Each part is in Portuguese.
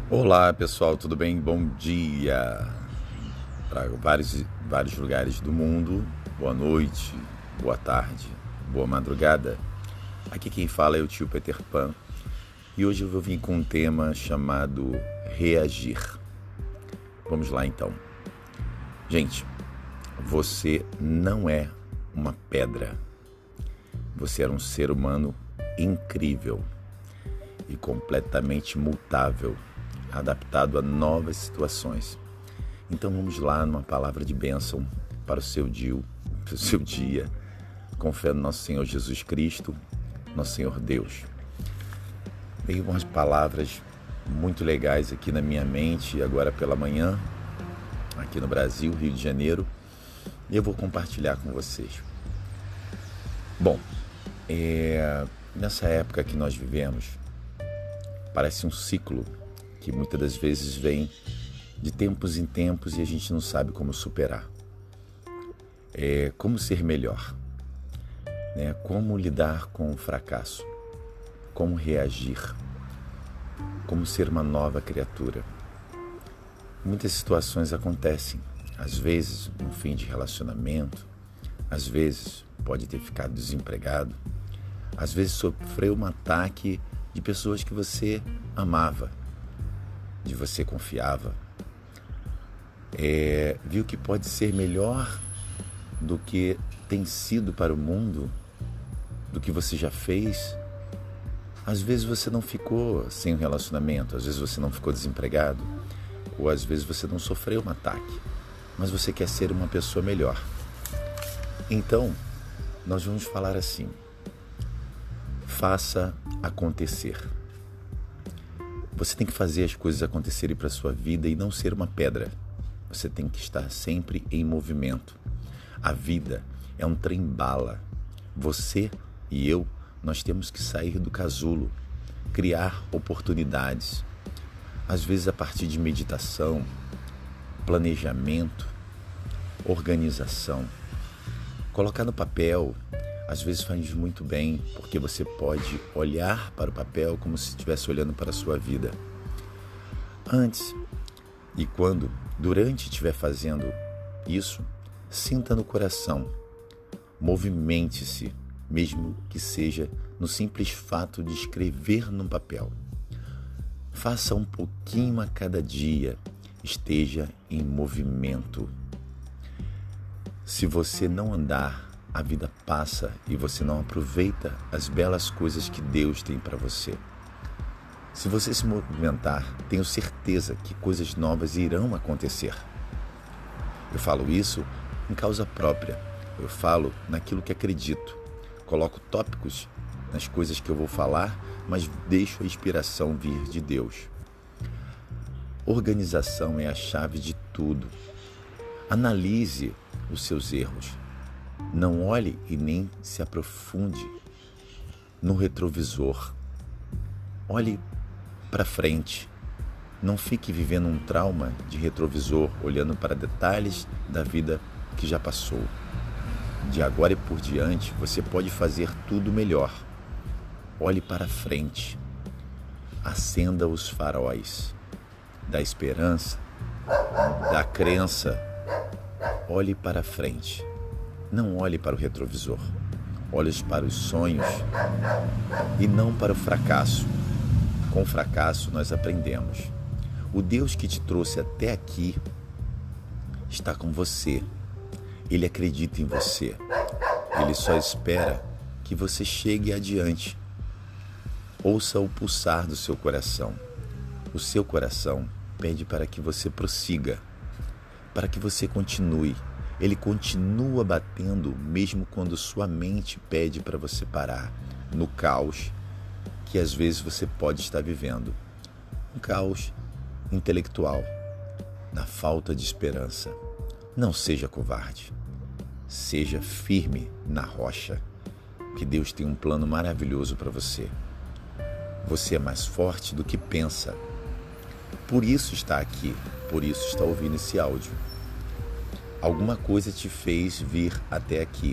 Olá pessoal, tudo bem? Bom dia para vários lugares do mundo. Boa noite, boa tarde, boa madrugada. Aqui quem fala é o tio Peter Pan e hoje eu vou vir com um tema chamado reagir. Vamos lá então. Gente, você não é uma pedra. Você era um ser humano incrível e completamente mutável, adaptado a novas situações. Então vamos lá numa palavra de bênção para o seu dia, com fé no nosso Senhor Jesus Cristo, nosso Senhor Deus. Veio umas palavras muito legais aqui na minha mente agora pela manhã, aqui no Brasil, Rio de Janeiro, e eu vou compartilhar com vocês. Bom, nessa época que nós vivemos, parece um ciclo que muitas das vezes vem de tempos em tempos e a gente não sabe como superar. Como ser melhor, né? Como lidar com o fracasso, como reagir, como ser uma nova criatura. Muitas situações acontecem, às vezes no fim de relacionamento, às vezes pode ter ficado desempregado, às vezes sofreu um ataque de pessoas que você amava, de você confiava, viu que pode ser melhor do que tem sido para o mundo, do que você já fez. Às vezes você não ficou sem um relacionamento, às vezes você não ficou desempregado, ou às vezes você não sofreu um ataque, mas você quer ser uma pessoa melhor. Então, nós vamos falar assim: faça acontecer. Você tem que fazer as coisas acontecerem para a sua vida e não ser uma pedra. Você tem que estar sempre em movimento. A vida é um trem-bala. Você e eu, nós temos que sair do casulo, criar oportunidades. Às vezes a partir de meditação, planejamento, organização. Colocar no papel, às vezes faz muito bem, porque você pode olhar para o papel como se estivesse olhando para a sua vida. Antes e durante estiver fazendo isso, sinta no coração, movimente-se, mesmo que seja no simples fato de escrever num papel. Faça um pouquinho a cada dia, esteja em movimento. Se você não andar, a vida passa e você não aproveita as belas coisas que Deus tem para você. Se você se movimentar, tenho certeza que coisas novas irão acontecer. Eu falo isso em causa própria. Eu falo naquilo que acredito. Coloco tópicos nas coisas que eu vou falar, mas deixo a inspiração vir de Deus. Organização é a chave de tudo. Analise os seus erros. Não olhe e nem se aprofunde no retrovisor. Olhe para frente. Não fique vivendo um trauma de retrovisor, olhando para detalhes da vida que já passou. De agora e por diante, você pode fazer tudo melhor. Olhe para frente. Acenda os faróis da esperança, da crença. Olhe para frente. Não olhe para o retrovisor. Olhe para os sonhos e não para o fracasso. Com o fracasso nós aprendemos. O Deus que te trouxe até aqui está com você. Ele acredita em você. Ele só espera que você chegue adiante. Ouça o pulsar do seu coração. O seu coração pede para que você prossiga, para que você continue. Ele continua batendo mesmo quando sua mente pede para você parar, no caos que às vezes você pode estar vivendo. Um caos intelectual, na falta de esperança. Não seja covarde. Seja firme na rocha, que Deus tem um plano maravilhoso para você. Você é mais forte do que pensa. Por isso está aqui, por isso está ouvindo esse áudio. Alguma coisa te fez vir até aqui.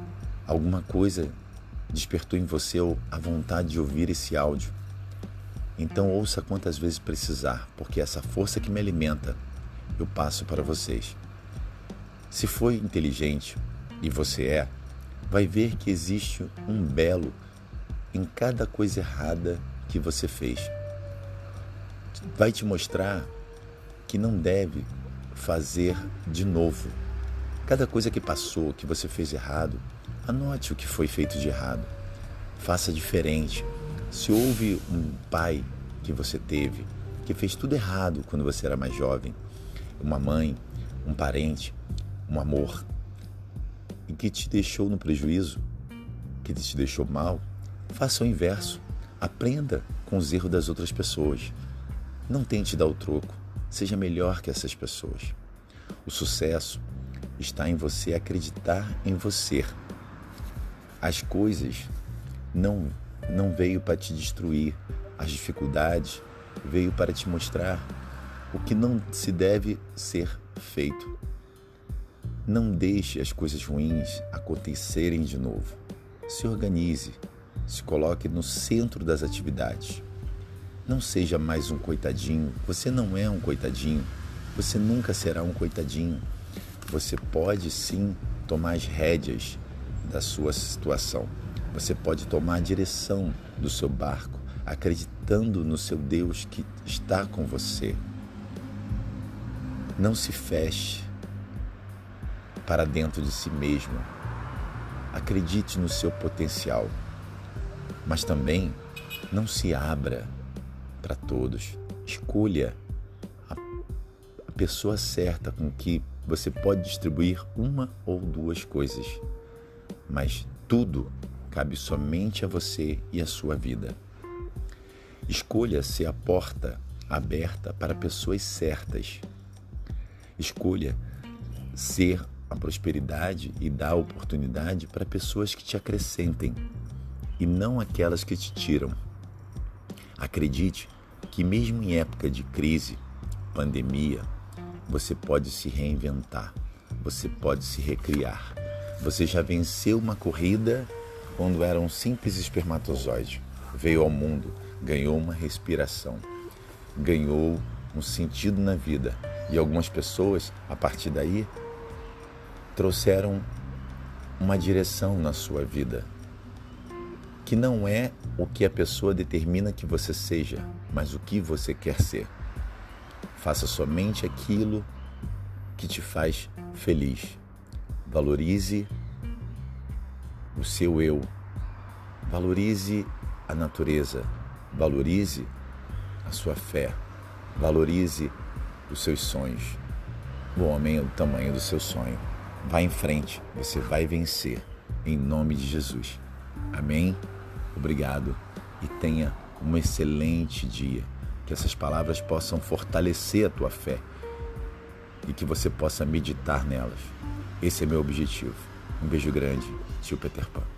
Alguma coisa despertou em você a vontade de ouvir esse áudio. Então ouça quantas vezes precisar, porque essa força que me alimenta, eu passo para vocês. Se foi inteligente, e você é, vai ver que existe um belo em cada coisa errada que você fez. Vai te mostrar que não deve fazer de novo. Cada coisa que passou, que você fez errado, anote o que foi feito de errado. Faça diferente. Se houve um pai que você teve, que fez tudo errado quando você era mais jovem, uma mãe, um parente, um amor, e que te deixou no prejuízo, que te deixou mal, faça o inverso. Aprenda com os erros das outras pessoas. Não tente dar o troco. Seja melhor que essas pessoas. O sucesso está em você acreditar em você. As coisas não veio para te destruir. As dificuldades veio para te mostrar o que não se deve ser feito. Não deixe as coisas ruins acontecerem de novo. Se organize, se coloque no centro das atividades. Não seja mais um coitadinho. Você não é um coitadinho. Você nunca será um coitadinho. Você pode sim tomar as rédeas da sua situação. Você pode tomar a direção do seu barco, acreditando no seu Deus que está com você. Não se feche para dentro de si mesmo. Acredite no seu potencial, mas também não se abra para todos. Escolha a pessoa certa com que você pode distribuir uma ou duas coisas, mas tudo cabe somente a você e a sua vida. Escolha ser a porta aberta para pessoas certas. Escolha ser a prosperidade e dar oportunidade para pessoas que te acrescentem e não aquelas que te tiram. Acredite que mesmo em época de crise, pandemia, você pode se reinventar, você pode se recriar. Você já venceu uma corrida quando era um simples espermatozoide. Veio ao mundo, ganhou uma respiração, ganhou um sentido na vida. E algumas pessoas, a partir daí, trouxeram uma direção na sua vida, que não é o que a pessoa determina que você seja, mas o que você quer ser. Faça somente aquilo que te faz feliz. Valorize o seu eu. Valorize a natureza. Valorize a sua fé. Valorize os seus sonhos. O homem é do tamanho do seu sonho. Vá em frente, você vai vencer. Em nome de Jesus. Amém? Obrigado e tenha um excelente dia. Que essas palavras possam fortalecer a tua fé e que você possa meditar nelas. Esse é meu objetivo. Um beijo grande, tio Peter Pan.